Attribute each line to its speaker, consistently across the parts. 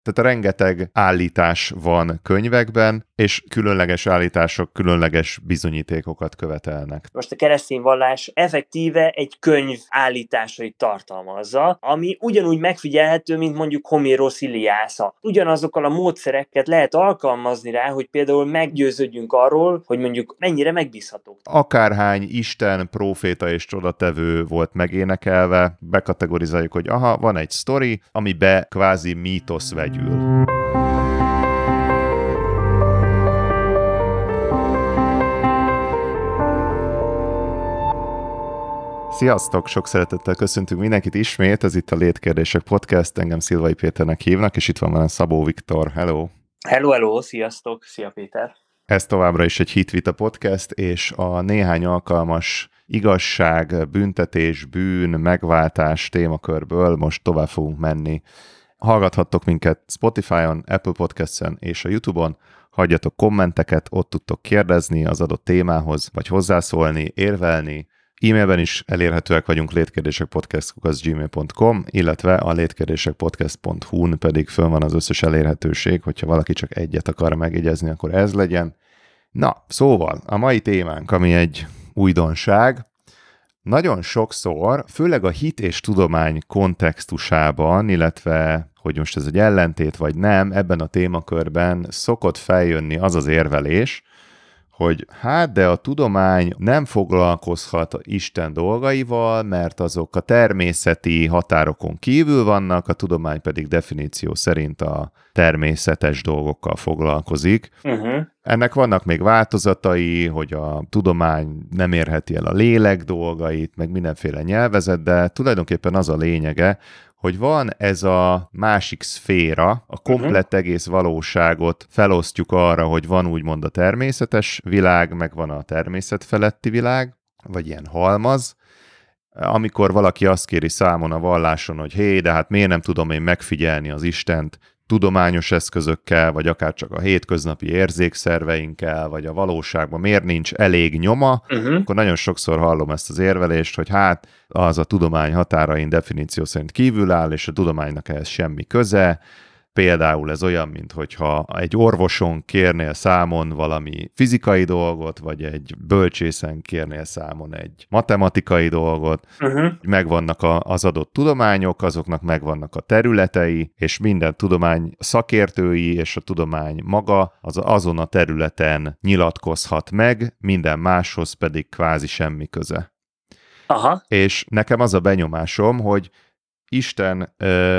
Speaker 1: Tehát rengeteg állítás van könyvekben, és különleges állítások különleges bizonyítékokat követelnek.
Speaker 2: Most a keresztény vallás effektíve egy könyv állításait tartalmazza, ami ugyanúgy megfigyelhető, mint mondjuk Homérosz Iliásza. Ugyanazokkal a módszereket lehet alkalmazni rá, hogy például meggyőződjünk arról, hogy mondjuk mennyire megbízhatók.
Speaker 1: Akárhány isten, próféta és csodatevő volt megénekelve, bekategorizáljuk, hogy aha, van egy sztori, amibe kvázi mítosz vegyül. Sziasztok! Sok szeretettel köszöntünk mindenkit ismét, ez itt a Létkérdések Podcast, engem Szilvai Péternek hívnak, és itt van velem Szabó Viktor. Hello!
Speaker 2: Hello, sziasztok! Szia Péter!
Speaker 1: Ez továbbra is egy Hitvita Podcast, és a néhány alkalmas igazság, büntetés, bűn, megváltás témakörből most tovább fogunk menni. Hallgathattok minket Spotify-on, Apple Podcast-en és a YouTube-on, hagyjatok kommenteket, ott tudtok kérdezni az adott témához, vagy hozzászólni, érvelni. E-mailben is elérhetőek vagyunk létkérdésekpodcast@gmail.com, illetve a létkérdésekpodcast.hu-n pedig fönn van az összes elérhetőség, hogyha valaki csak egyet akar megjegyezni, akkor ez legyen. Na, szóval a mai témánk, ami egy újdonság, nagyon sokszor, főleg a hit és tudomány kontextusában, illetve hogy most ez egy ellentét vagy nem, ebben a témakörben szokott feljönni az az érvelés, hogy hát de a tudomány nem foglalkozhat Isten dolgaival, mert azok a természeti határokon kívül vannak, a tudomány pedig definíció szerint a természetes dolgokkal foglalkozik. Ennek vannak még változatai, hogy a tudomány nem érheti el a lélek dolgait, meg mindenféle nyelvezet, de tulajdonképpen az a lényege, hogy van ez a másik szféra, a komplett egész valóságot felosztjuk arra, hogy van úgymond a természetes világ, meg van a természet feletti világ, vagy ilyen halmaz. Amikor valaki azt kéri számon a valláson, hogy hé, de hát miért nem tudom én megfigyelni az Istent tudományos eszközökkel, vagy akár csak a hétköznapi érzékszerveinkkel, vagy a valóságban miért nincs elég nyoma, akkor nagyon sokszor hallom ezt az érvelést, hogy hát az a tudomány határain definíció szerint kívül áll, és a tudománynak ehhez semmi köze. Például ez olyan, mintha egy orvoson kérnél számon valami fizikai dolgot, vagy egy bölcsészen kérnél számon egy matematikai dolgot. Megvannak az adott tudományok, azoknak megvannak a területei, és minden tudomány szakértői és a tudomány maga azon a területen nyilatkozhat meg, minden máshoz pedig kvázi semmi köze. És nekem az a benyomásom, hogy Isten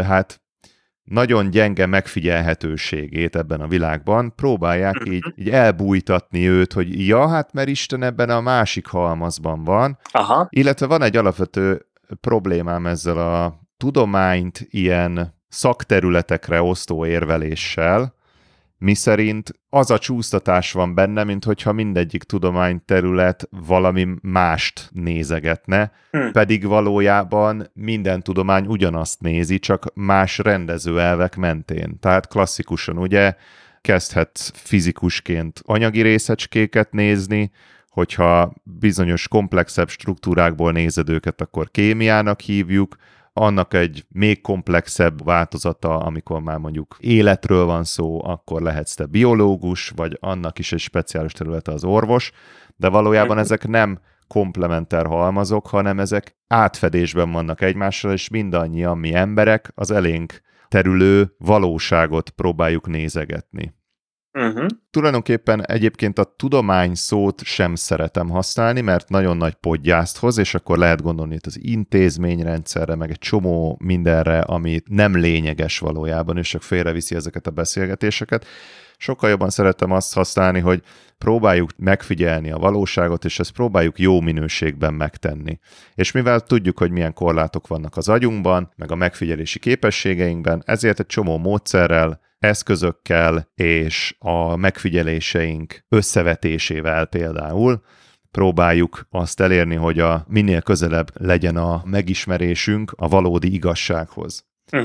Speaker 1: nagyon gyenge megfigyelhetőségét ebben a világban próbálják így elbújtatni őt, hogy ja, hát mert Isten ebben a másik halmazban van. Illetve van egy alapvető problémám ezzel a tudományt ilyen szakterületekre osztó érveléssel, miszerint az a csúsztatás van benne, minthogyha mindegyik tudományterület valami mást nézegetne, pedig valójában minden tudomány ugyanazt nézi, csak más rendezőelvek mentén. Tehát klasszikusan ugye kezdhetsz fizikusként anyagi részecskéket nézni, hogyha bizonyos komplexebb struktúrákból nézed őket, akkor kémiának hívjuk, annak egy még komplexebb változata, amikor már mondjuk életről van szó, akkor lehetsz te biológus, vagy annak is egy speciális területe az orvos, de valójában ezek nem komplementer halmazok, hanem ezek átfedésben vannak egymással, és mindannyian mi emberek az elénk terülő valóságot próbáljuk nézegetni. Tulajdonképpen egyébként a tudomány szót sem szeretem használni, mert nagyon nagy podgyászt hoz, és akkor lehet gondolni itt az intézményrendszerre, meg egy csomó mindenre, ami nem lényeges valójában, és csak félreviszi ezeket a beszélgetéseket. Sokkal jobban szeretem azt használni, hogy próbáljuk megfigyelni a valóságot, és ezt próbáljuk jó minőségben megtenni. És mivel tudjuk, hogy milyen korlátok vannak az agyunkban, meg a megfigyelési képességeinkben, ezért egy csomó módszerrel, eszközökkel és a megfigyeléseink összevetésével például próbáljuk azt elérni, hogy minél közelebb legyen a megismerésünk a valódi igazsághoz.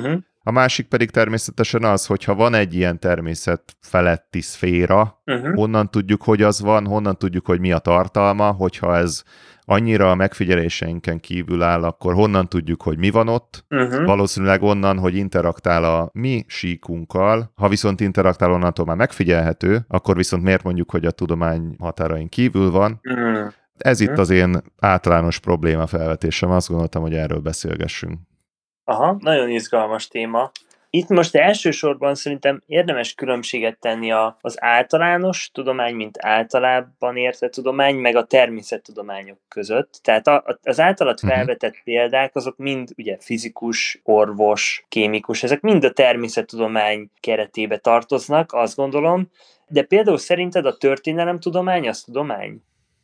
Speaker 1: A másik pedig természetesen az, hogyha van egy ilyen természet feletti szféra, honnan tudjuk, hogy az van, honnan tudjuk, hogy mi a tartalma, hogyha ez annyira a megfigyeléseinken kívül áll, akkor honnan tudjuk, hogy mi van ott. Valószínűleg onnan, hogy interaktál a mi síkunkkal, ha viszont interaktál onnantól már megfigyelhető, akkor viszont miért mondjuk, hogy a tudomány határain kívül van. Ez itt az én általános probléma felvetésem, azt gondoltam, hogy erről beszélgessünk.
Speaker 2: Aha, nagyon izgalmas téma. Itt most elsősorban szerintem érdemes különbséget tenni az általános tudomány, mint általában értett tudomány, meg a természettudományok között. Tehát az általad felvetett példák, azok mind ugye fizikus, orvos, kémikus, ezek mind a természettudomány keretébe tartoznak, azt gondolom. De például szerinted a történelemtudomány az tudomány?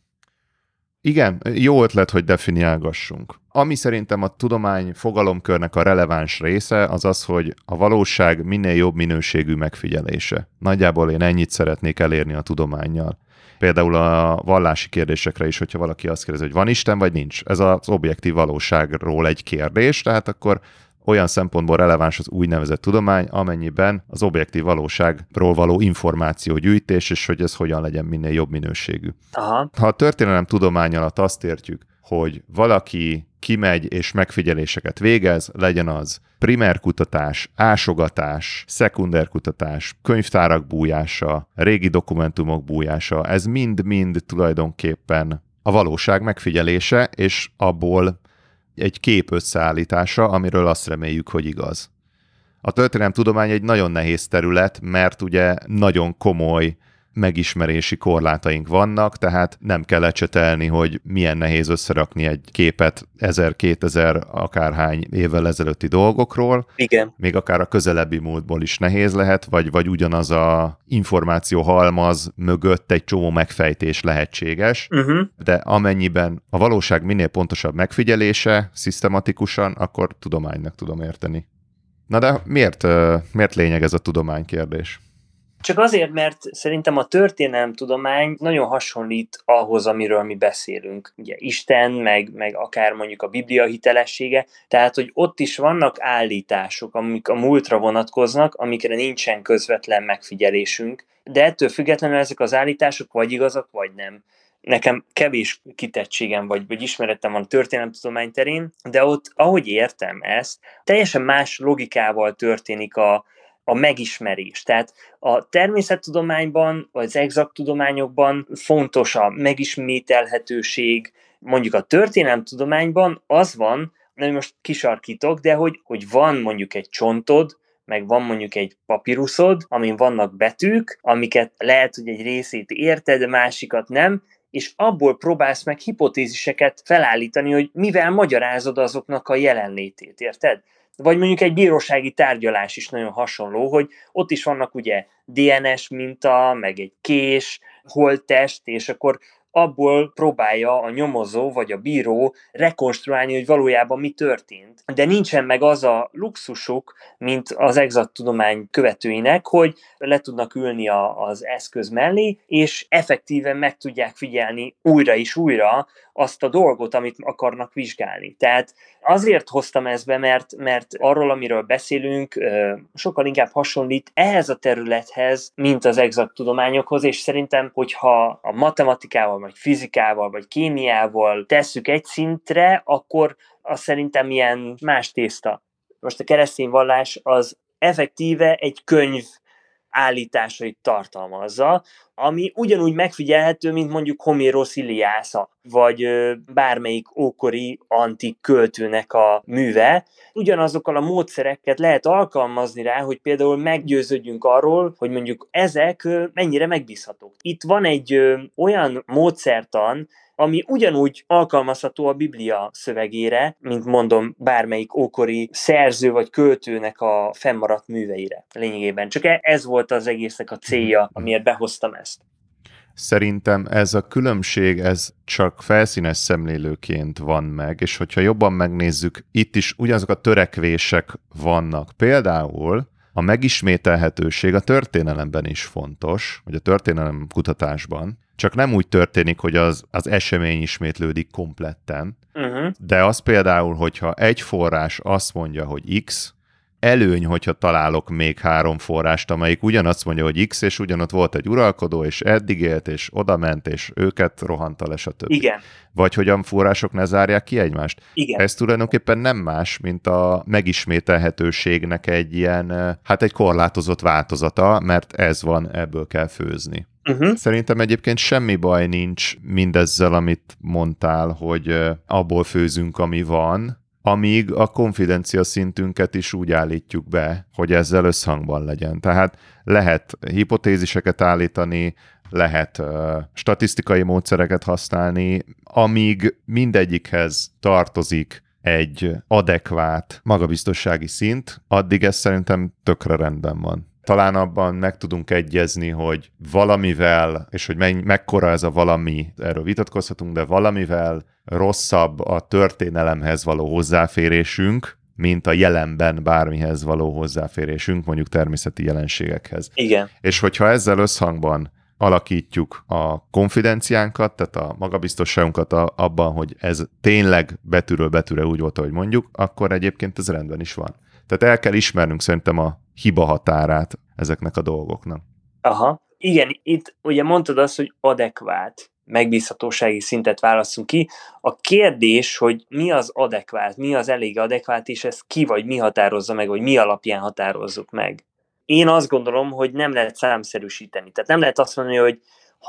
Speaker 1: Igen, jó ötlet, hogy definiálgassunk. Ami szerintem a tudomány fogalomkörnek a releváns része, az az, hogy a valóság minél jobb minőségű megfigyelése. Nagyjából én ennyit szeretnék elérni a tudománnyal. Például a vallási kérdésekre is, hogyha valaki azt kérdezi, hogy van Isten, vagy nincs. Ez az objektív valóságról egy kérdés, tehát akkor olyan szempontból releváns az úgynevezett tudomány, amennyiben az objektív valóságról való információgyűjtés, és hogy ez hogyan legyen minél jobb minőségű.
Speaker 2: Aha.
Speaker 1: Ha a történelem tudomány alatt azt értjük, hogy valaki kimegy és megfigyeléseket végez, legyen az primer kutatás, ásogatás, szekunder kutatás, könyvtárak bújása, régi dokumentumok bújása, ez mind-mind tulajdonképpen a valóság megfigyelése, és abból egy kép összeállítása, amiről azt reméljük, hogy igaz. A történelemtudomány egy nagyon nehéz terület, mert ugye nagyon komoly megismerési korlátaink vannak, tehát nem kell lecsetelni, hogy milyen nehéz összerakni egy képet 1000-2000 akárhány évvel ezelőtti dolgokról.
Speaker 2: Igen.
Speaker 1: Még akár a közelebbi múltból is nehéz lehet, vagy ugyanaz a információ halmaz mögött egy csomó megfejtés lehetséges, de amennyiben a valóság minél pontosabb megfigyelése szisztematikusan, akkor tudománynak tudom érteni. Na de miért lényeg ez a tudománykérdés?
Speaker 2: Csak azért, mert szerintem a történelemtudomány nagyon hasonlít ahhoz, amiről mi beszélünk. Ugye Isten, meg akár mondjuk a Biblia hitelessége, tehát, hogy ott is vannak állítások, amik a múltra vonatkoznak, amikre nincsen közvetlen megfigyelésünk, de ettől függetlenül ezek az állítások vagy igazak, vagy nem. Nekem kevés kitettségem vagy ismeretem van a történelemtudomány terén, de ott, ahogy értem ezt, teljesen más logikával történik a megismerés. Tehát a természettudományban, vagy az exakt tudományokban fontos a megismételhetőség, mondjuk a történelemtudományban az van, nem most kisarkítok, de hogy van mondjuk egy csontod, meg van mondjuk egy papiruszod, amin vannak betűk, amiket lehet, hogy egy részét érted, de másikat nem, és abból próbálsz meg hipotéziseket felállítani, hogy mivel magyarázod azoknak a jelenlétét, érted? Vagy mondjuk egy bírósági tárgyalás is nagyon hasonló, hogy ott is vannak ugye DNS minta, meg egy kés, holttest, és akkor abból próbálja a nyomozó vagy a bíró rekonstruálni, hogy valójában mi történt. De nincsen meg az a luxusuk, mint az exakt tudomány követőinek, hogy le tudnak ülni az eszköz mellé, és effektíven meg tudják figyelni újra és újra azt a dolgot, amit akarnak vizsgálni. Tehát azért hoztam ezt be, mert arról, amiről beszélünk, sokkal inkább hasonlít ehhez a területhez, mint az exakt tudományokhoz, és szerintem, hogyha a matematikával, vagy fizikával, vagy kémiával tesszük egy szintre, akkor az szerintem ilyen más tészta. Most a keresztény vallás az effektíve egy könyv állításait tartalmazza, ami ugyanúgy megfigyelhető, mint mondjuk Homérosz Iliásza, vagy bármelyik ókori antik költőnek a műve. Ugyanazokkal a módszereket lehet alkalmazni rá, hogy például meggyőződjünk arról, hogy mondjuk ezek mennyire megbízhatók. Itt van egy olyan módszertan, ami ugyanúgy alkalmazható a Biblia szövegére, mint mondom, bármelyik ókori szerző vagy költőnek a fennmaradt műveire lényegében. Csak ez volt az egésznek a célja, amiért behoztam ezt.
Speaker 1: Szerintem ez a különbség, ez csak felszínes szemlélőként van meg, és hogyha jobban megnézzük, itt is ugyanazok a törekvések vannak. Például a megismételhetőség a történelemben is fontos, vagy a történelem kutatásban, csak nem úgy történik, hogy az esemény ismétlődik kompletten, de az például, hogyha egy forrás azt mondja, hogy X, előny, hogyha találok még 3 forrást, amelyik ugyanazt mondja, hogy X, és ugyanott volt egy uralkodó, és eddig élt, és odament, és őket rohanta le, stb.
Speaker 2: Igen.
Speaker 1: Vagy hogy a források ne zárják ki egymást.
Speaker 2: Igen.
Speaker 1: Ez tulajdonképpen nem más, mint a megismételhetőségnek egy ilyen, hát egy korlátozott változata, mert ez van, ebből kell főzni. Szerintem egyébként semmi baj nincs mindezzel, amit mondtál, hogy abból főzünk, ami van, amíg a konfidencia szintünket is úgy állítjuk be, hogy ezzel összhangban legyen. Tehát lehet hipotéziseket állítani, lehet statisztikai módszereket használni, amíg mindegyikhez tartozik egy adekvát magabiztossági szint, addig ez szerintem tökre rendben van. Talán abban meg tudunk egyezni, hogy valamivel, és hogy mekkora ez a valami, erről vitatkozhatunk, de valamivel rosszabb a történelemhez való hozzáférésünk, mint a jelenben bármihez való hozzáférésünk, mondjuk természeti jelenségekhez.
Speaker 2: Igen.
Speaker 1: És hogyha ezzel összhangban alakítjuk a konfidenciánkat, tehát a magabiztosságunkat abban, hogy ez tényleg betűről betűre úgy volt, ahogy mondjuk, akkor egyébként ez rendben is van. Tehát el kell ismernünk szerintem a hiba határát ezeknek a dolgoknak.
Speaker 2: Aha. Igen, itt ugye mondtad azt, hogy adekvát megbízhatósági szintet válasszunk ki. A kérdés, hogy mi az adekvát, mi az elég adekvát, és ezt ki vagy mi határozza meg, vagy mi alapján határozzuk meg. Én azt gondolom, hogy nem lehet számszerűsíteni. Tehát nem lehet azt mondani, hogy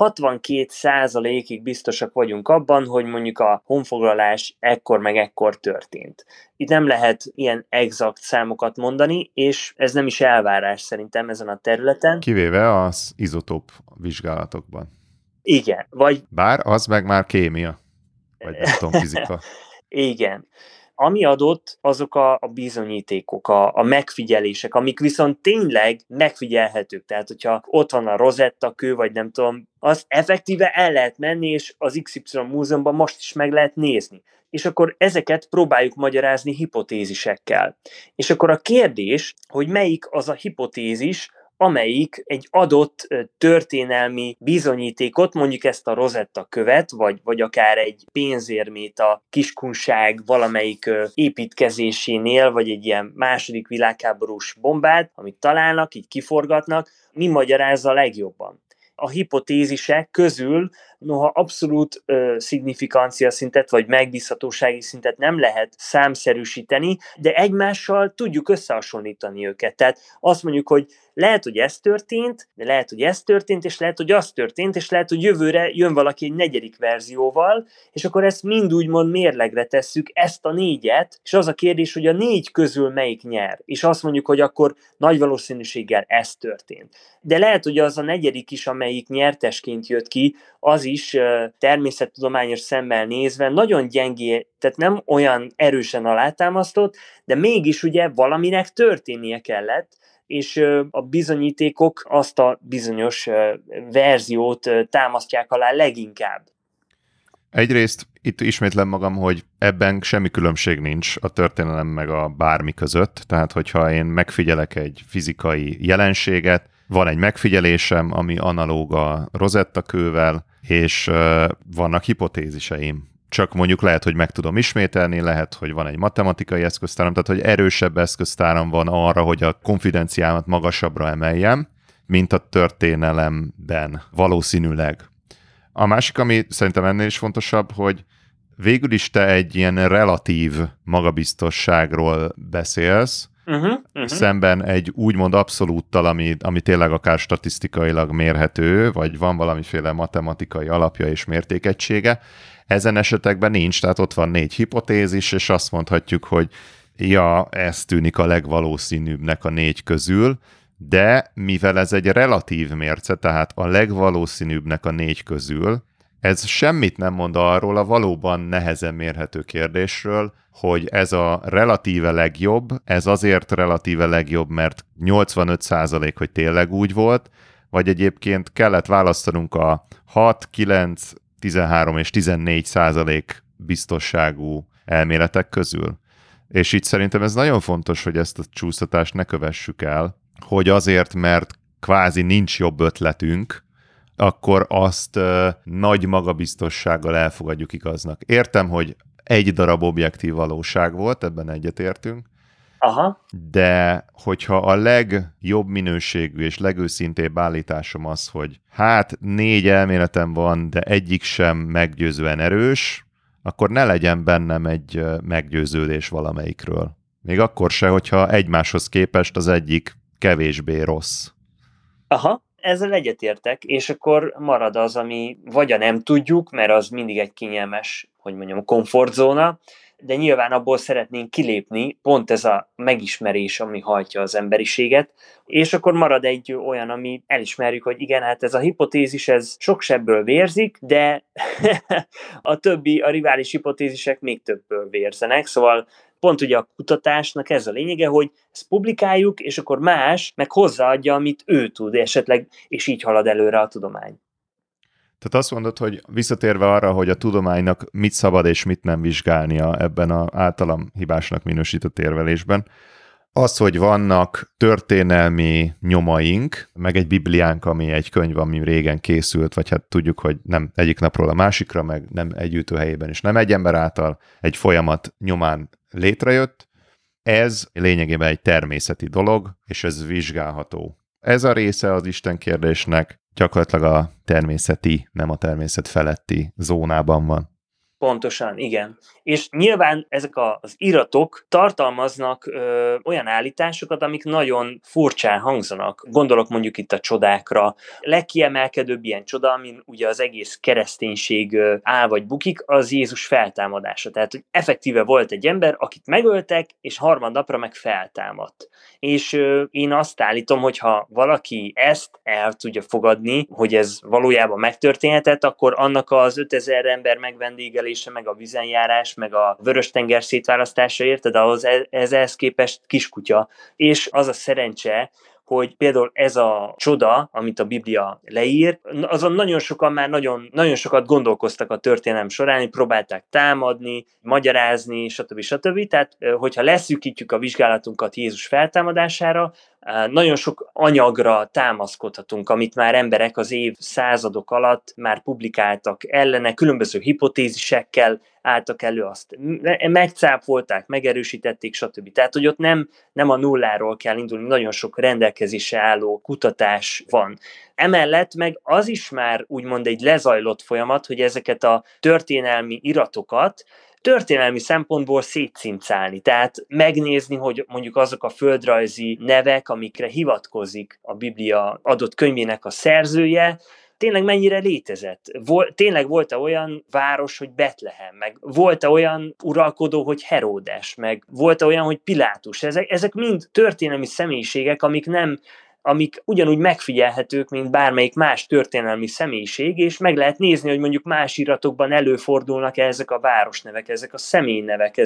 Speaker 2: 62%-ig biztosak vagyunk abban, hogy mondjuk a honfoglalás ekkor meg ekkor történt. Itt nem lehet ilyen exakt számokat mondani, és ez nem is elvárás szerintem ezen a területen.
Speaker 1: Kivéve az izotóp vizsgálatokban.
Speaker 2: Igen.
Speaker 1: Bár az meg már kémia, vagy nem tudom, fizika.
Speaker 2: Igen. Ami adott, azok a bizonyítékok, a megfigyelések, amik viszont tényleg megfigyelhetők. Tehát, hogyha ott van a Rosetta kő, vagy nem tudom, az effektíve el lehet menni, és az XY múzeumban most is meg lehet nézni. És akkor ezeket próbáljuk magyarázni hipotézisekkel. És akkor a kérdés, hogy melyik az a hipotézis, amelyik egy adott történelmi bizonyítékot, mondjuk ezt a Rosetta követ, vagy akár egy pénzérmét a kiskunság valamelyik építkezésénél, vagy egy ilyen második világháborús bombát, amit találnak, így kiforgatnak, mi magyarázza a legjobban. A hipotézisek közül, noha abszolút szignifikancia szintet, vagy megbízhatósági szintet nem lehet számszerűsíteni, de egymással tudjuk összehasonlítani őket. Tehát azt mondjuk, hogy lehet, hogy ez történt, de lehet, hogy ez történt, és lehet, hogy az történt, és lehet, hogy jövőre jön valaki egy 4. verzióval, és akkor ezt mind úgymond mérlegre tesszük, ezt a 4-et, és az a kérdés, hogy a 4 közül melyik nyer. És azt mondjuk, hogy akkor nagy valószínűséggel ez történt. De lehet, hogy az a 4. is, amelyik nyertesként jött ki, az is természettudományos szemmel nézve nagyon gyengé, tehát nem olyan erősen alátámasztott, de mégis ugye valaminek történnie kellett, és a bizonyítékok azt a bizonyos verziót támasztják alá leginkább.
Speaker 1: Egyrészt itt ismétlem magam, hogy ebben semmi különbség nincs a történelem meg a bármi között, tehát hogyha én megfigyelek egy fizikai jelenséget, van egy megfigyelésem, ami analóg a Rosetta kővel, és vannak hipotéziseim. Csak mondjuk lehet, hogy meg tudom ismételni, lehet, hogy van egy matematikai eszköztáram, tehát hogy erősebb eszköztáram van arra, hogy a konfidenciámat magasabbra emeljem, mint a történelemben valószínűleg. A másik, ami szerintem ennél is fontosabb, hogy végül is te egy ilyen relatív magabiztosságról beszélsz, szemben egy úgymond abszolúttal, ami tényleg akár statisztikailag mérhető, vagy van valamiféle matematikai alapja és mértékegysége. Ezen esetekben nincs, tehát ott van 4 hipotézis, és azt mondhatjuk, hogy ja, ez tűnik a legvalószínűbbnek a 4 közül, de mivel ez egy relatív mérce, tehát a legvalószínűbbnek a 4 közül, ez semmit nem mond arról a valóban nehezen mérhető kérdésről, hogy ez a relatíve legjobb, ez azért relatíve legjobb, mert 85%, hogy tényleg úgy volt, vagy egyébként kellett választanunk a 6, 9, 13 és 14% biztosságú elméletek közül. És itt szerintem ez nagyon fontos, hogy ezt a csúsztatást ne kövessük el, hogy azért, mert kvázi nincs jobb ötletünk, akkor azt nagy magabiztossággal elfogadjuk igaznak. Értem, hogy egy darab objektív valóság volt, ebben egyetértünk,
Speaker 2: Aha.
Speaker 1: De hogyha a legjobb minőségű és legőszintébb állításom az, hogy hát 4 elméletem van, de egyik sem meggyőzően erős, akkor ne legyen bennem egy meggyőződés valamelyikről. Még akkor se, hogyha egymáshoz képest az egyik kevésbé rossz.
Speaker 2: Aha, ezzel egyetértek, és akkor marad az, ami vagy a nem tudjuk, mert az mindig egy kényelmes, hogy mondjam, komfortzóna, de nyilván abból szeretnénk kilépni, pont ez a megismerés, ami hajtja az emberiséget, és akkor marad egy olyan, ami elismerjük, hogy igen, hát ez a hipotézis, ez sok sebből vérzik, de a rivális hipotézisek még többből vérzenek, szóval pont ugye a kutatásnak ez a lényege, hogy ezt publikáljuk, és akkor más meg hozzáadja, amit ő tud esetleg, és így halad előre a tudomány.
Speaker 1: Tehát azt mondod, hogy visszatérve arra, hogy a tudománynak mit szabad és mit nem vizsgálnia ebben az általam hibásnak minősített érvelésben, az, hogy vannak történelmi nyomaink, meg egy bibliánk, ami egy könyv, ami régen készült, vagy hát tudjuk, hogy nem egyik napról a másikra, meg nem egy ütőhelyében is, nem egy ember által egy folyamat nyomán létrejött, ez lényegében egy természeti dolog, és ez vizsgálható. Ez a része az Isten kérdésnek gyakorlatilag a természeti, nem a természet feletti zónában van.
Speaker 2: Pontosan, igen. És nyilván ezek az iratok tartalmaznak olyan állításokat, amik nagyon furcsán hangzanak. Gondolok mondjuk itt a csodákra. Legkiemelkedőbb ilyen csoda, amin ugye az egész kereszténység áll vagy bukik, az Jézus feltámadása. Tehát, hogy effektíve volt egy ember, akit megöltek, és harmadnapra meg feltámadt. És én azt állítom, hogy ha valaki ezt el tudja fogadni, hogy ez valójában megtörténhetett, akkor annak az 5000 ember megvendégelése, meg a vizenjárás, meg a Vörös-tenger szétválasztása, érted? Ahhoz ehhez képest kiskutya. És az a szerencse, hogy például ez a csoda, amit a Biblia leír, azon nagyon sokan már nagyon sokat gondolkoztak a történelem során, hogy próbálták támadni, magyarázni, stb. Tehát, hogyha leszűkítjük a vizsgálatunkat Jézus feltámadására, nagyon sok anyagra támaszkodhatunk, amit már emberek az évszázadok alatt már publikáltak ellene, különböző hipotézisekkel álltak elő, azt megcáfolták, megerősítették, stb. Tehát, hogy ott nem a nulláról kell indulni, nagyon sok rendelkezésre álló kutatás van. Emellett meg az is már úgymond egy lezajlott folyamat, hogy ezeket a történelmi iratokat történelmi szempontból szétszincálni, tehát megnézni, hogy mondjuk azok a földrajzi nevek, amikre hivatkozik a Biblia adott könyvének a szerzője, tényleg mennyire létezett. Tényleg volt-e olyan város, hogy Betlehem, meg volt-e olyan uralkodó, hogy Heródes, meg volt-e olyan, hogy Pilátus. Ezek mind történelmi személyiségek, amik ugyanúgy megfigyelhetők, mint bármelyik más történelmi személyiség, és meg lehet nézni, hogy mondjuk más iratokban előfordulnak ezek a városnevek, ezek a személynevek,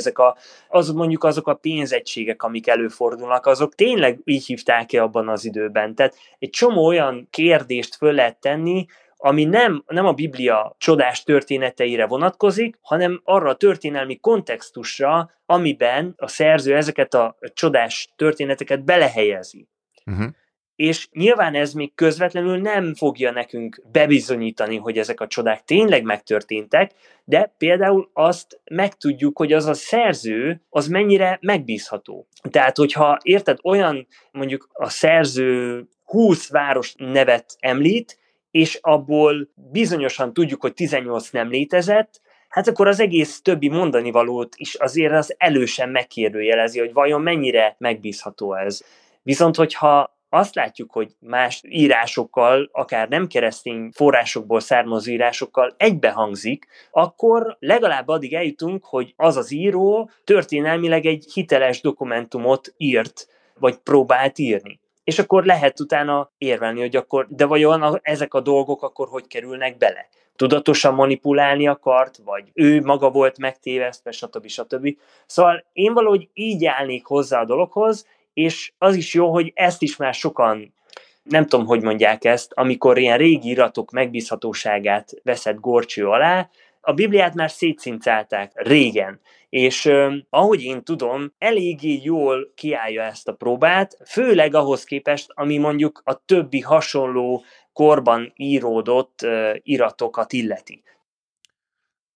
Speaker 2: azok a pénzegységek, amik előfordulnak, azok tényleg így hívták-e abban az időben. Tehát egy csomó olyan kérdést föl lehet tenni, ami nem a Biblia csodás történeteire vonatkozik, hanem arra a történelmi kontextusra, amiben a szerző ezeket a csodás történeteket belehelyezi. Uh-huh. És nyilván ez még közvetlenül nem fogja nekünk bebizonyítani, hogy ezek a csodák tényleg megtörténtek, de például azt megtudjuk, hogy az a szerző, az mennyire megbízható. Tehát, hogyha érted, olyan mondjuk a szerző 20 város nevet említ, és abból bizonyosan tudjuk, hogy 18 nem létezett, hát akkor az egész többi mondanivalót is azért az elősen megkérdőjelezi, hogy vajon mennyire megbízható ez. Viszont, hogyha azt látjuk, hogy más írásokkal, akár nem keresztény forrásokból származó írásokkal egybehangzik, akkor legalább addig eljutunk, hogy az az író történelmileg egy hiteles dokumentumot írt, vagy próbált írni. És akkor lehet utána érvelni, hogy akkor, de vajon ezek a dolgok akkor hogy kerülnek bele? Tudatosan manipulálni akart, vagy ő maga volt megtévesztve, stb. Szóval én valahogy így állnék hozzá a dologhoz, és az is jó, hogy ezt is már sokan, nem tudom, hogy mondják ezt, amikor ilyen régi iratok megbízhatóságát veszett górcső alá, a Bibliát már szétszincálták régen, és ahogy én tudom, eléggé jól kiállja ezt a próbát, főleg ahhoz képest, ami mondjuk a többi hasonló korban íródott iratokat illeti.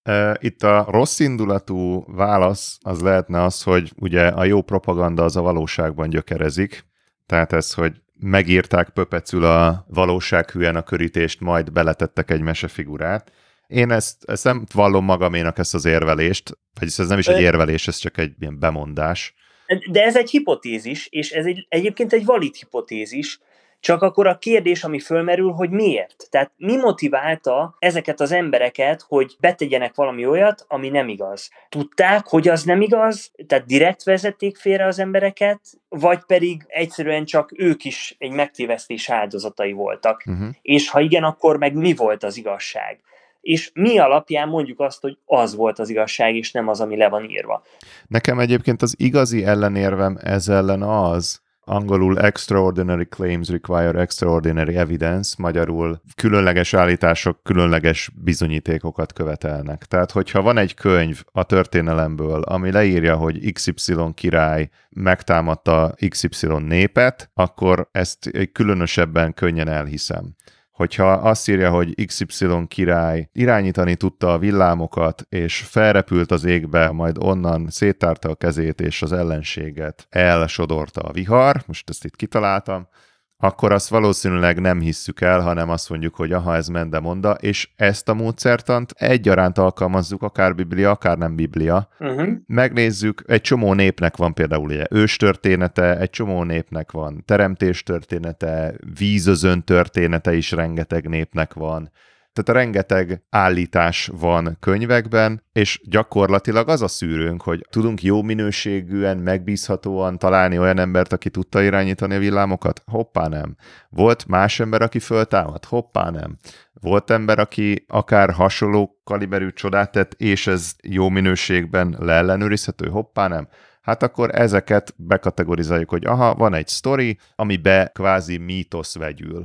Speaker 1: Itt a rossz indulatú válasz az lehetne az, hogy ugye a jó propaganda az a valóságban gyökerezik, tehát ez, hogy megírták pöpecül a valósághűen a körítést, majd beletettek egy mesefigurát. Én ezt nem vallom magaménak ezt az érvelést, vagyis ez nem is egy érvelés, ez csak egy ilyen bemondás.
Speaker 2: De ez egy hipotézis, és ez egyébként egy valid hipotézis, csak akkor a kérdés, ami fölmerül, hogy miért? Tehát mi motiválta ezeket az embereket, hogy betegyenek valami olyat, ami nem igaz? Tudták, hogy az nem igaz? Tehát direkt vezették félre az embereket? Vagy pedig egyszerűen csak ők is egy megtévesztés áldozatai voltak? És ha igen, akkor meg mi volt az igazság? És mi alapján mondjuk azt, hogy az volt az igazság, és nem az, ami le van írva.
Speaker 1: Nekem egyébként az igazi ellenérvem ez ellen az, angolul extraordinary claims require extraordinary evidence, magyarul különleges állítások különleges bizonyítékokat követelnek. Tehát, hogyha van egy könyv a történelemből, ami leírja, hogy XY király megtámadta XY népet, akkor ezt különösebben könnyen elhiszem. Hogyha azt írja, hogy XY király irányítani tudta a villámokat, és felrepült az égbe, majd onnan széttárta a kezét, és az ellenséget elsodorta a vihar, most ezt itt kitaláltam, akkor azt valószínűleg nem hisszük el, hanem azt mondjuk, hogy aha, ez mendemonda, és ezt a módszertant egyaránt alkalmazzuk, akár Biblia, akár nem Biblia. Megnézzük, egy csomó népnek van például ugye őstörténete, egy csomó népnek van teremtéstörténete, vízözön története is rengeteg népnek van. Tehát rengeteg állítás van könyvekben, és gyakorlatilag az a szűrőnk, hogy tudunk jó minőségűen, megbízhatóan találni olyan embert, aki tudta irányítani a villámokat? Hoppá nem. Volt más ember, aki föltámad? Hoppá nem. Volt ember, aki akár hasonló kaliberű csodát tett, és ez jó minőségben leellenőrizhető? Hoppá nem. Hát akkor ezeket bekategorizáljuk, hogy aha, van egy sztori, amibe kvázi mítosz vegyül.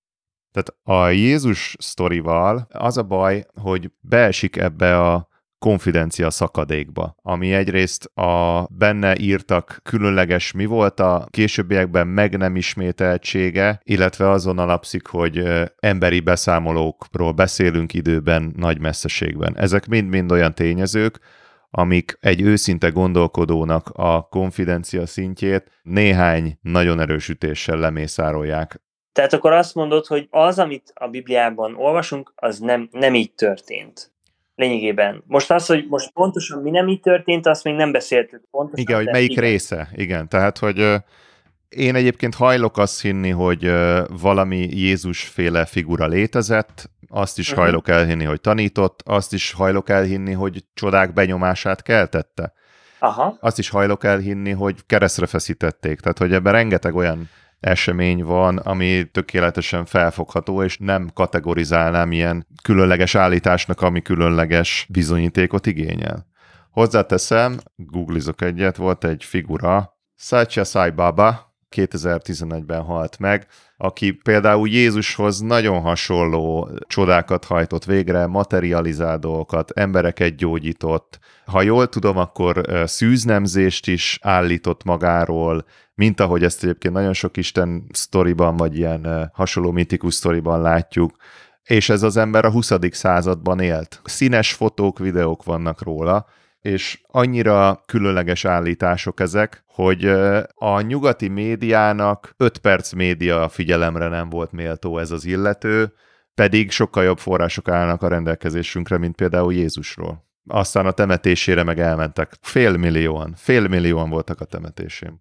Speaker 1: Tehát a Jézus sztorival az a baj, hogy beesik ebbe a konfidencia szakadékba, ami egyrészt a benne írtak különleges mi volt a későbbiekben meg nem ismételtsége, illetve azon alapszik, hogy emberi beszámolókról beszélünk időben, nagy messzeségben. Ezek mind-mind olyan tényezők, amik egy őszinte gondolkodónak a konfidencia szintjét néhány nagyon erős ütéssel lemészárolják.
Speaker 2: Tehát akkor azt mondod, hogy az, amit a Bibliában olvasunk, az nem így történt. Lényegében. Most az, hogy most pontosan mi nem így történt, azt még nem beszéltük pontosan.
Speaker 1: Igen, hogy melyik része. Igen, tehát, hogy én egyébként hajlok azt hinni, hogy valami Jézus-féle figura létezett, azt is hajlok elhinni, hogy tanított, azt is hajlok elhinni, hogy csodák benyomását keltette.
Speaker 2: Aha.
Speaker 1: Azt is hajlok elhinni, hogy keresztre feszítették. Tehát, hogy ebben rengeteg olyan esemény van, ami tökéletesen felfogható, és nem kategorizálnám ilyen különleges állításnak, ami különleges bizonyítékot igényel. Hozzáteszem, googlizok egyet, volt egy figura, Satya Sai Baba, 2011-ben halt meg, aki például Jézushoz nagyon hasonló csodákat hajtott végre, materializált dolgokat, embereket gyógyított. Ha jól tudom, akkor szűznemzést is állított magáról, mint ahogy ezt egyébként nagyon sok Isten sztoriban, vagy ilyen hasonló mitikus sztoriban látjuk, és ez az ember a 20. században élt. Színes fotók, videók vannak róla, és annyira különleges állítások ezek, hogy a nyugati médiának 5 perc média figyelemre nem volt méltó ez az illető, pedig sokkal jobb források állnak a rendelkezésünkre, mint például Jézusról. Aztán a temetésére meg elmentek. Félmillióan voltak a temetésén.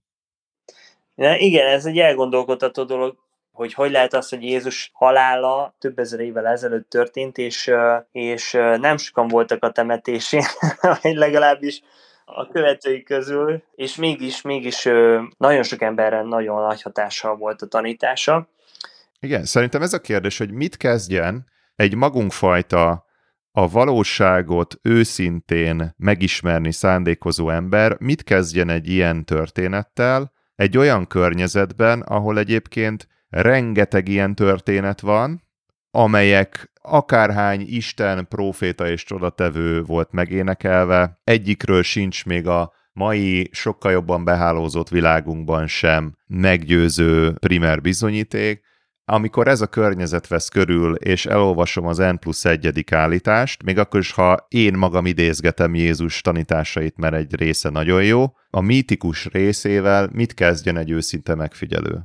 Speaker 2: Ja, igen, ez egy elgondolkodtató dolog, hogy lehet az, hogy Jézus halála több ezer évvel ezelőtt történt, és nem sokan voltak a temetésén, vagy legalábbis a követői közül, és mégis nagyon sok emberre nagyon nagy hatással volt a tanítása.
Speaker 1: Igen, szerintem ez a kérdés, hogy mit kezdjen egy magunkfajta a valóságot őszintén megismerni szándékozó ember, mit kezdjen egy ilyen történettel, egy olyan környezetben, ahol egyébként rengeteg ilyen történet van, amelyek akárhány isten, próféta és csodatevő volt megénekelve, egyikről sincs még a mai, sokkal jobban behálózott világunkban sem meggyőző primer bizonyíték, amikor ez a környezet vesz körül, és elolvasom az N+1. Állítást, még akkor is, ha én magam idézgetem Jézus tanításait, mert egy része nagyon jó, a mítikus részével mit kezdjen egy őszinte megfigyelő?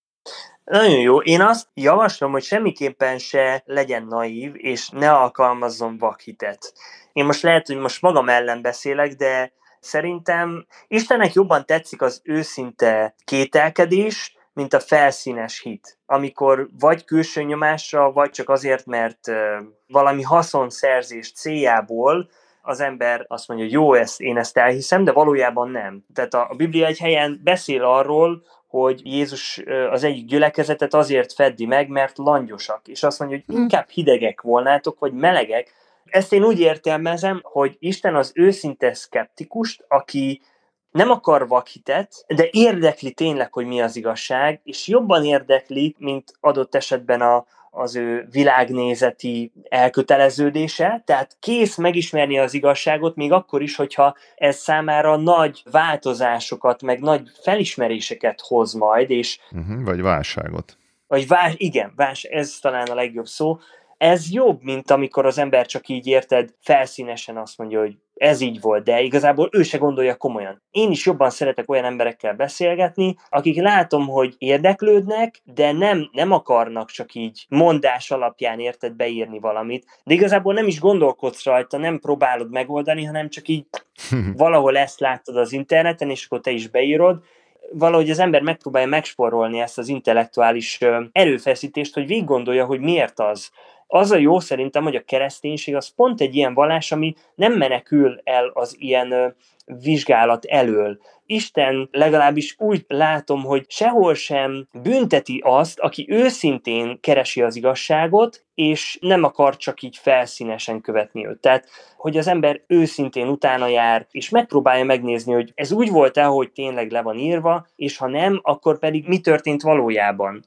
Speaker 2: Nagyon jó. Én azt javaslom, hogy semmiképpen se legyen naív, és ne alkalmazzon vakhitet. Én most lehet, hogy most magam ellen beszélek, de szerintem Istennek jobban tetszik az őszinte kételkedés, mint a felszínes hit. Amikor vagy külső nyomásra, vagy csak azért, mert valami haszonszerzés céljából az ember azt mondja, hogy jó, én ezt elhiszem, de valójában nem. Tehát a Biblia egy helyen beszél arról, hogy Jézus az egyik gyülekezetet azért feddi meg, mert langyosak, és azt mondja, hogy inkább hidegek volnátok, vagy melegek. Ezt én úgy értelmezem, hogy Isten az őszinte szkeptikust, aki nem akar vakhitet, de érdekli tényleg, hogy mi az igazság, és jobban érdekli, mint adott esetben az ő világnézeti elköteleződése, tehát kész megismerni az igazságot, még akkor is, hogyha ez számára nagy változásokat, meg nagy felismeréseket hoz majd, és
Speaker 1: Vagy válságot.
Speaker 2: Igen, ez talán a legjobb szó. Ez jobb, mint amikor az ember csak így érted, felszínesen azt mondja, hogy ez így volt, de igazából ő se gondolja komolyan. Én is jobban szeretek olyan emberekkel beszélgetni, akik látom, hogy érdeklődnek, de nem akarnak csak így mondás alapján érted beírni valamit, de igazából nem is gondolkodsz rajta, nem próbálod megoldani, hanem csak így valahol ezt láttad az interneten, és akkor te is beírod. Valahogy az ember megpróbálja megsporolni ezt az intellektuális erőfeszítést, hogy végig gondolja, hogy miért az. Az a jó szerintem, hogy a kereszténység az pont egy ilyen vallás, ami nem menekül el az ilyen vizsgálat elől. Isten legalábbis úgy látom, hogy sehol sem bünteti azt, aki őszintén keresi az igazságot, és nem akar csak így felszínesen követni őt. Tehát, hogy az ember őszintén utána jár, és megpróbálja megnézni, hogy ez úgy volt-e, hogy tényleg le van írva, és ha nem, akkor pedig mi történt valójában.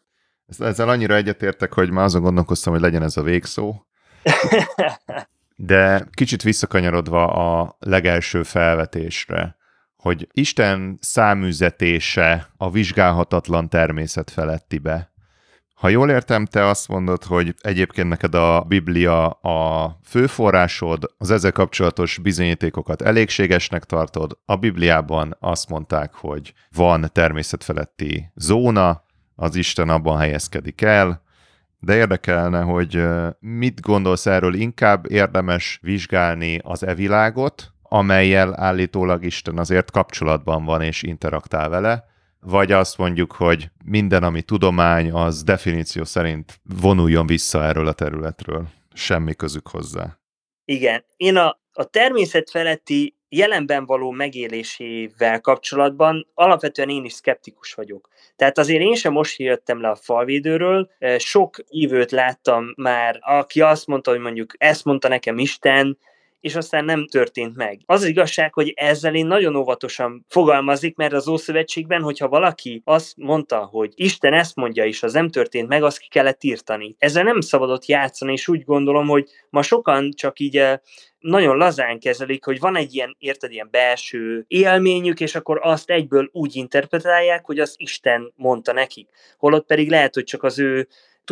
Speaker 1: Ezzel annyira egyetértek, hogy már azon gondolkoztam, hogy legyen ez a végszó. De kicsit visszakanyarodva a legelső felvetésre, hogy Isten száműzetése a vizsgálhatatlan természet felettibe. Ha jól értem, te azt mondod, hogy egyébként neked a Biblia a főforrásod, az ezzel kapcsolatos bizonyítékokat elégségesnek tartod. A Bibliában azt mondták, hogy van természetfeletti zóna, az Isten abban helyezkedik el, de érdekelne, hogy mit gondolsz erről, inkább érdemes vizsgálni az világot, amellyel állítólag Isten azért kapcsolatban van és interaktál vele, vagy azt mondjuk, hogy minden, ami tudomány, az definíció szerint vonuljon vissza erről a területről. Semmi közük hozzá.
Speaker 2: Igen. Én a természet feletti jelenben való megélésével kapcsolatban alapvetően én is szkeptikus vagyok. Tehát azért én sem most jöttem le a falvédőről, sok hívőt láttam már, aki azt mondta, hogy mondjuk ezt mondta nekem Isten, és aztán nem történt meg. Az igazság, hogy ezzel én nagyon óvatosan fogalmazik, mert az Ószövetségben, hogyha valaki azt mondta, hogy Isten ezt mondja, és az nem történt meg, azt ki kellett írtani. Ezzel nem szabadott játszani, és úgy gondolom, hogy ma sokan csak így nagyon lazán kezelik, hogy van egy ilyen, érted, ilyen belső élményük, és akkor azt egyből úgy interpretálják, hogy az Isten mondta nekik. Holott pedig lehet, hogy csak az ő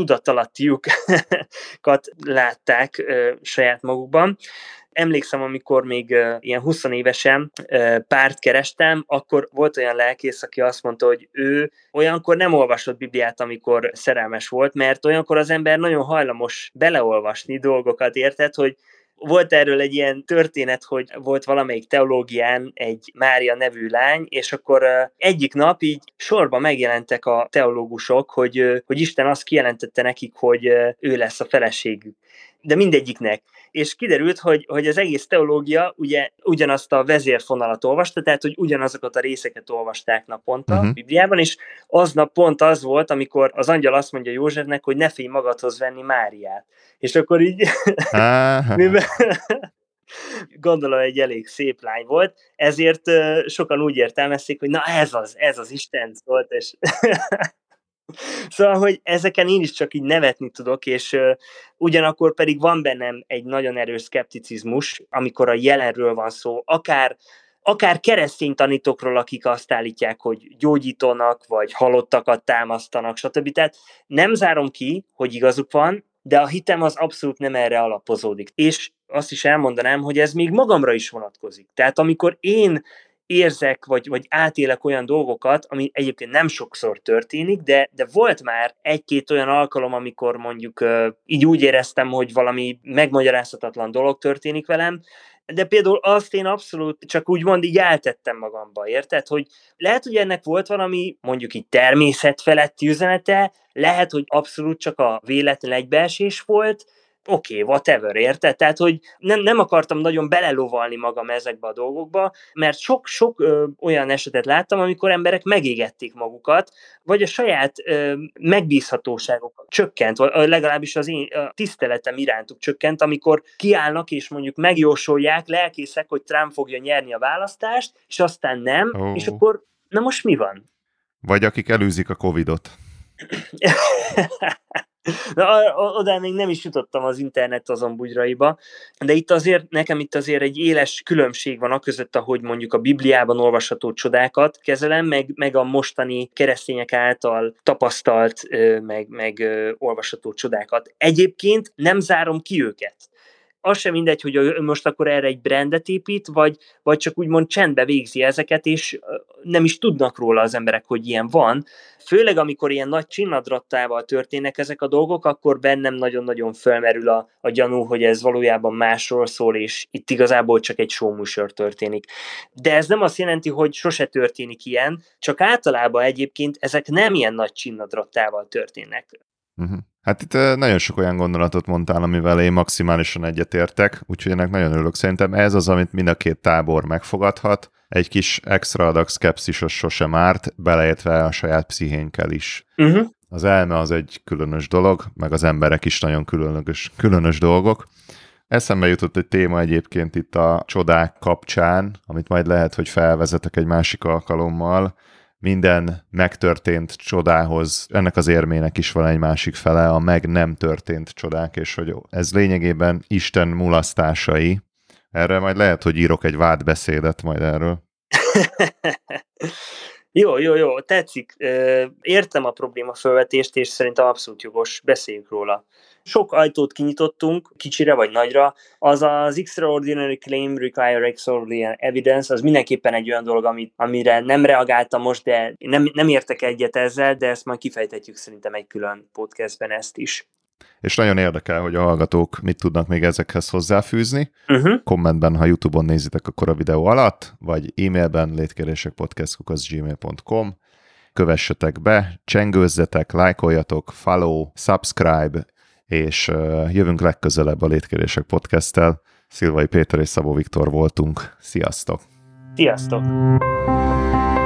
Speaker 2: tudatalattiukat látták saját magukban. Emlékszem, amikor még ilyen 20 évesen párt kerestem, akkor volt olyan lelkész, aki azt mondta, hogy ő olyankor nem olvasott Bibliát, amikor szerelmes volt, mert olyankor az ember nagyon hajlamos beleolvasni dolgokat, érted, hogy volt erről egy ilyen történet, hogy volt valamelyik teológián egy Mária nevű lány, és akkor egyik nap így sorba megjelentek a teológusok, hogy Isten azt kijelentette nekik, hogy ő lesz a feleségük. De mindegyiknek. És kiderült, hogy az egész teológia ugye ugyanazt a vezérfonalat olvasta, tehát hogy ugyanazokat a részeket olvasták naponta a Bibliában, és aznap pont az volt, amikor az angyal azt mondja Józsefnek, hogy ne félj magadhoz venni Máriát. És akkor így gondolom egy elég szép lány volt, ezért sokan úgy értelmezték, hogy na ez az Isten szólt, és szóval, hogy ezeken én is csak így nevetni tudok, és ugyanakkor pedig van bennem egy nagyon erős szkepticizmus, amikor a jelenről van szó, akár akár keresztény tanítokról, akik azt állítják, hogy gyógyítónak, vagy halottakat támasztanak, stb. Tehát nem zárom ki, hogy igazuk van, de a hitem az abszolút nem erre alapozódik. És azt is elmondanám, hogy ez még magamra is vonatkozik. Tehát amikor én érzek, vagy átélek olyan dolgokat, ami egyébként nem sokszor történik, de volt már egy-két olyan alkalom, amikor mondjuk így úgy éreztem, hogy valami megmagyarázhatatlan dolog történik velem, de például azt én abszolút csak úgymond így eltettem magamba, érted? Hogy lehet, hogy ennek volt valami mondjuk így természetfeletti üzenete, lehet, hogy abszolút csak a véletlen egybeesés volt, oké, whatever, érted? Tehát, hogy nem akartam nagyon belelovalni magam ezekbe a dolgokba, mert sok olyan esetet láttam, amikor emberek megégették magukat, vagy a saját megbízhatóságok csökkent, vagy legalábbis az én tiszteletem irántuk csökkent, amikor kiállnak és mondjuk megjósolják, lelkészek, hogy Trump fogja nyerni a választást, és aztán nem, és akkor na most mi van?
Speaker 1: Vagy akik elűzik a Covidot.
Speaker 2: Na, oda még nem is jutottam az internet azon bugyraiba, de nekem itt azért egy éles különbség van aközött, ahogy mondjuk a Bibliában olvasható csodákat kezelem, meg a mostani keresztények által tapasztalt, meg olvasható csodákat. Egyébként nem zárom ki őket. Az sem mindegy, hogy most akkor erre egy brandet épít, vagy csak úgymond csendbe végzi ezeket, és nem is tudnak róla az emberek, hogy ilyen van. Főleg, amikor ilyen nagy csinnadrattával történnek ezek a dolgok, akkor bennem nagyon-nagyon felmerül a gyanú, hogy ez valójában másról szól, és itt igazából csak egy showműsor történik. De ez nem azt jelenti, hogy sose történik ilyen, csak általában egyébként ezek nem ilyen nagy csinnadrattával történnek.
Speaker 1: Uh-huh. Hát itt nagyon sok olyan gondolatot mondtál, amivel én maximálisan egyetértek, úgyhogy ennek nagyon örülök. Szerintem ez az, amit mind a két tábor megfogadhat. Egy kis extra adag szkepszisos sosem árt, beleértve a saját pszichénkkel is. Uh-huh. Az elme az egy különös dolog, meg az emberek is nagyon különös dolgok. Eszembe jutott egy téma egyébként itt a csodák kapcsán, amit majd lehet, hogy felvezetek egy másik alkalommal. Minden megtörtént csodához, ennek az érmének is van egy másik fele, a meg nem történt csodák, és hogy ez lényegében Isten mulasztásai. Erre majd lehet, hogy írok egy vádbeszédet majd erről.
Speaker 2: Jó, tetszik. Értem a probléma felvetést, és szerintem abszolút jogos, beszéljük róla. Sok ajtót kinyitottunk, kicsire vagy nagyra, az extraordinary claim require extraordinary evidence, az mindenképpen egy olyan dolog, amire nem reagáltam most, de nem értek egyet ezzel, de ezt majd kifejtetjük szerintem egy külön podcastben ezt is.
Speaker 1: És nagyon érdekel, hogy a hallgatók mit tudnak még ezekhez hozzáfűzni. Kommentben, ha YouTube-on nézitek, akkor a videó alatt, vagy e-mailben létkérdések.podcast@gmail.com. Kövessetek be, csengőzzetek, lájkoljatok, follow, subscribe, és jövünk legközelebb a Létkérdések Podcasttel. Szilvai Péter és Szabó Viktor voltunk. Sziasztok!
Speaker 2: Sziasztok!